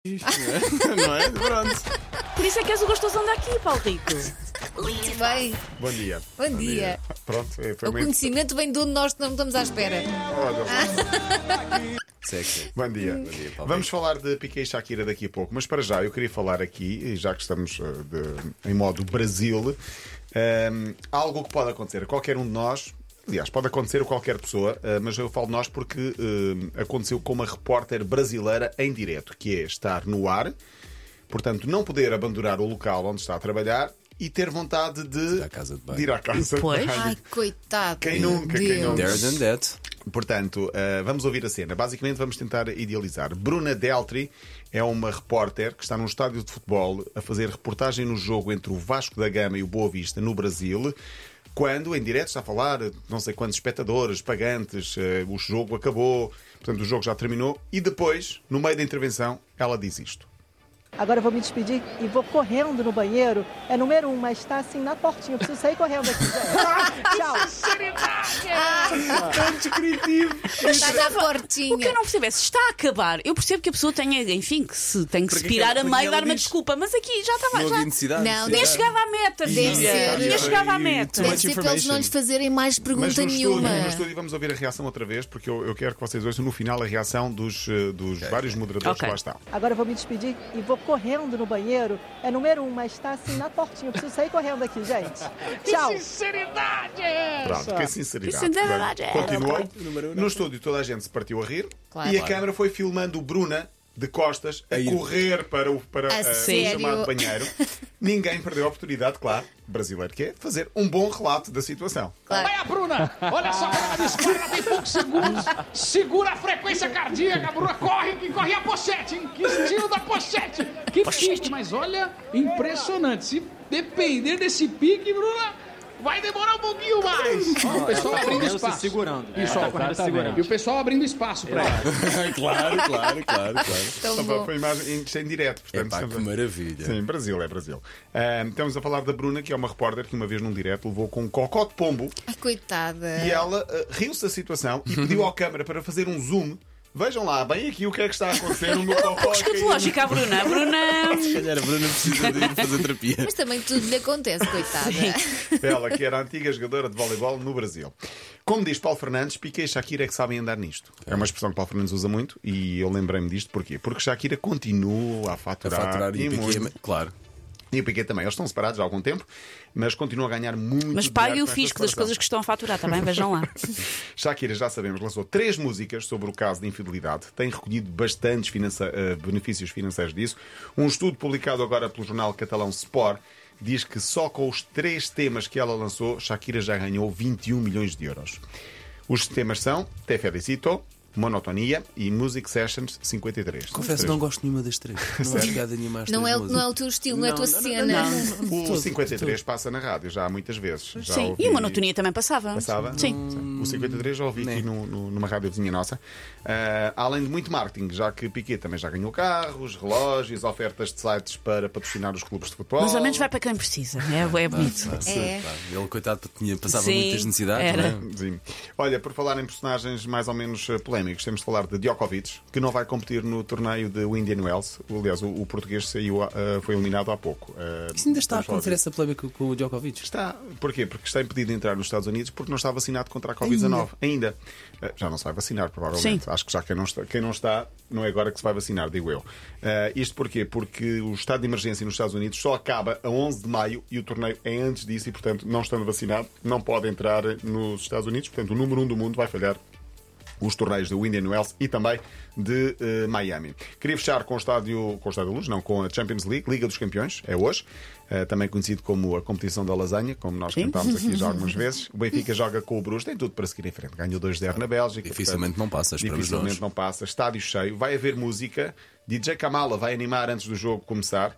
Não é? Pronto. Por isso é que és o gostosão daqui, Paulo Rico. Muito bem. Bom dia. Bom dia. Pronto, foi O conhecimento vem de onde nós não estamos à espera. Sexy. Bom dia. Bom dia, Paulo. Vamos falar de Piqué e Shakira daqui a pouco, mas para já eu queria falar aqui, já que estamos em modo Brasil, algo que pode acontecer a qualquer um de nós. Aliás, pode acontecer a qualquer pessoa, mas eu falo de nós porque aconteceu com uma repórter brasileira em direto, que é estar no ar, portanto não poder abandonar o local onde está a trabalhar e ter vontade de Ir à casa de banho. ir à casa de Pois. banho. Ai, coitado. Quem nunca, quem nunca? There than that. Portanto, vamos ouvir a cena. Basicamente, vamos tentar idealizar. Bruna Deltri é uma repórter que está num estádio de futebol a fazer reportagem no jogo entre o Vasco da Gama e o Boa Vista, no Brasil, quando, em direto, está a falar não sei quantos espectadores, pagantes, o jogo acabou, portanto, o jogo já terminou, e depois, no meio da intervenção, ela diz isto. Agora eu vou me despedir e vou correndo no banheiro. É número 1, mas está assim na portinha. Eu preciso sair correndo aqui, gente. Tchau. É descritivo. Está na O que eu portinha. não percebo é se está a acabar. Eu percebo que a pessoa tenha, enfim, que se tem que se pirar a porque meio, ela dar uma diz- desculpa. Mas aqui já estava. Não havia Já necessidade. Não, tinha chegado à meta, Deve filha. ser. Tinha chegado à meta. Deve ser para eles não lhes fazerem mais Mas pergunta nenhuma. no estúdio vamos ouvir a reação outra vez, porque eu quero que vocês ouçam no final a reação dos vários moderadores Ok. que lá estão. Agora eu vou me despedir e vou correndo no banheiro. É número 1, mas está assim na portinha. Eu preciso sair correndo aqui, gente. Tchau. Pronto, que sinceridade. Que sinceridade. Continuou. No estúdio toda a gente se partiu a rir Claro. e a câmara foi filmando Bruna de costas a correr para o sério? chamado banheiro. Ninguém perdeu a oportunidade, claro, brasileiro que é, de fazer um bom relato da situação. Claro. Vai a Bruna! Olha só como ela dispara, ela tem poucos segundos. Segura a frequência cardíaca, a Bruna corre, que corre a pochete, hein? Que estilo da pochete! Que pique, mas olha, impressionante. Se depender desse pique, Bruna, vai demorar um pouquinho mais. Ó, o pessoal abrindo espaço. segurando. Isso, ó, e o pessoal abrindo espaço pra ela. claro. Tão bom. Foi imagem em direto. Portanto, Epá, que estamos- maravilha. Sim, Brasil, é Brasil. Estamos a falar da Bruna, que é uma repórter que uma vez num direto levou com um cocó de pombo Ai, coitada. e ela riu-se da situação e pediu à câmara para fazer um zoom. Vejam lá, bem aqui o que é que está a acontecer no meu cocó. Escatológica, a Bruna. A Bruna. Se calhar a Bruna precisa de ir fazer terapia. Mas também tudo lhe acontece, coitada. Ela, que era a antiga jogadora de voleibol no Brasil. Como diz Paulo Fernandes, Piqué e Shakira é que sabem andar nisto. É uma expressão que Paulo Fernandes usa muito e eu lembrei-me disto. Porquê? Porque Shakira continua a A faturar, faturar e e o Piqué, muito. claro. E o Piqué também. Eles estão separados há algum tempo, mas continuam a ganhar muito Mas dinheiro pague o com esta fisco das separação. coisas que estão a faturar, está bem? Vejam lá. Shakira, já sabemos, lançou 3 músicas sobre o caso de infidelidade. Tem recolhido bastantes benefícios financeiros disso. Um estudo publicado agora pelo jornal catalão Sport diz que só com os 3 temas que ela lançou, Shakira já ganhou 21 milhões de euros. Os temas são Te Felicito, Monotonia e Music Sessions 53. Confesso, não gosto nenhuma das três. Não acho piada nenhuma às Não três é, músicas. não é o teu estilo, não é a tua cena. O 53 passa na rádio já há muitas vezes. Já Sim. ouvi- E a monotonia também passava. Passava? Sim. O 53 já ouvi aqui numa rádio vizinha nossa. Além de muito marketing, já que Piqué também já ganhou carros, relógios, ofertas de sites para patrocinar os clubes de futebol. Mas ao menos vai para quem precisa. É bonito. É. Ele, coitado, passava Sim, muitas necessidades, era. não é? Sim. Olha, por falar em personagens mais ou menos polémicos, temos de falar de Djokovic, que não vai competir no torneio de Indian Wells. Aliás, o português foi eliminado há pouco. Isso ainda está a Vamos falar acontecer disso. essa polémica com o Djokovic? Está. Porquê? Porque está impedido de entrar nos Estados Unidos porque não está vacinado contra a Covid-19. Ainda. Já não se vai vacinar, provavelmente. Sim. Acho que já quem não está, não é agora que se vai vacinar, digo eu. Isto porquê? Porque o estado de emergência nos Estados Unidos só acaba a 11 de maio e o torneio é antes disso e, portanto, não estando vacinado, não pode entrar nos Estados Unidos. Portanto, o número 1 do mundo vai falhar os torneios de Indian Wells e também de Miami. Queria fechar com o Estádio da Luz, não, com a Champions League, Liga dos Campeões, é hoje, também conhecido como a competição da lasanha, como nós cantámos aqui já algumas vezes. O Benfica joga com o Bruges, tem tudo para seguir em frente. Ganhou 2-0 na Bélgica. Dificilmente não passa, esperamos Dificilmente nós. não passa. Estádio cheio, vai haver música. DJ Kamala vai animar antes do jogo começar.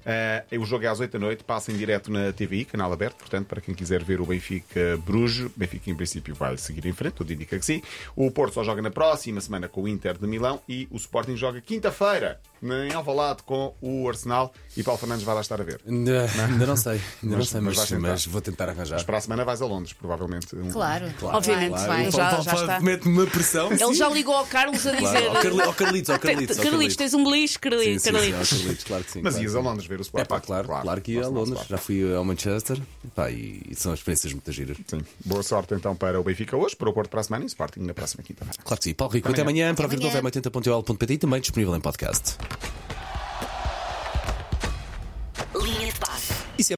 O jogo é às 8 da noite, passa em direto na TVI, canal aberto, portanto, para quem quiser ver o Benfica Bruges, Benfica em princípio vai seguir em frente, tudo indica que sim. O Porto só joga na próxima semana com o Inter de Milão e o Sporting joga quinta-feira em Alvalade com o Arsenal e Paulo Fernandes vai lá estar a ver. Ainda não sei, Mas vais tentar. mas vou tentar arranjar. Mas para a semana vais a Londres, provavelmente. Claro. Obviamente, Vai. já está. Mete-me uma pressão. Ele já ligou ao Carlos a dizer. Claro, ao Carlitos. Carlitos, tens um beliche, Carlitos. Carlitos, claro que sim. Mas claro ias que a sim. Londres ver o Sporting? Claro que ia a Londres. Já fui ao Manchester e são experiências muito giras. Sim. Boa sorte então para o Benfica hoje, para o Porto para a semana e o Sporting na próxima quinta-feira. Claro que sim. Paulo Rico, até amanhã. Para ouvir de novo é 80.ol.pt e também disponível em podcast.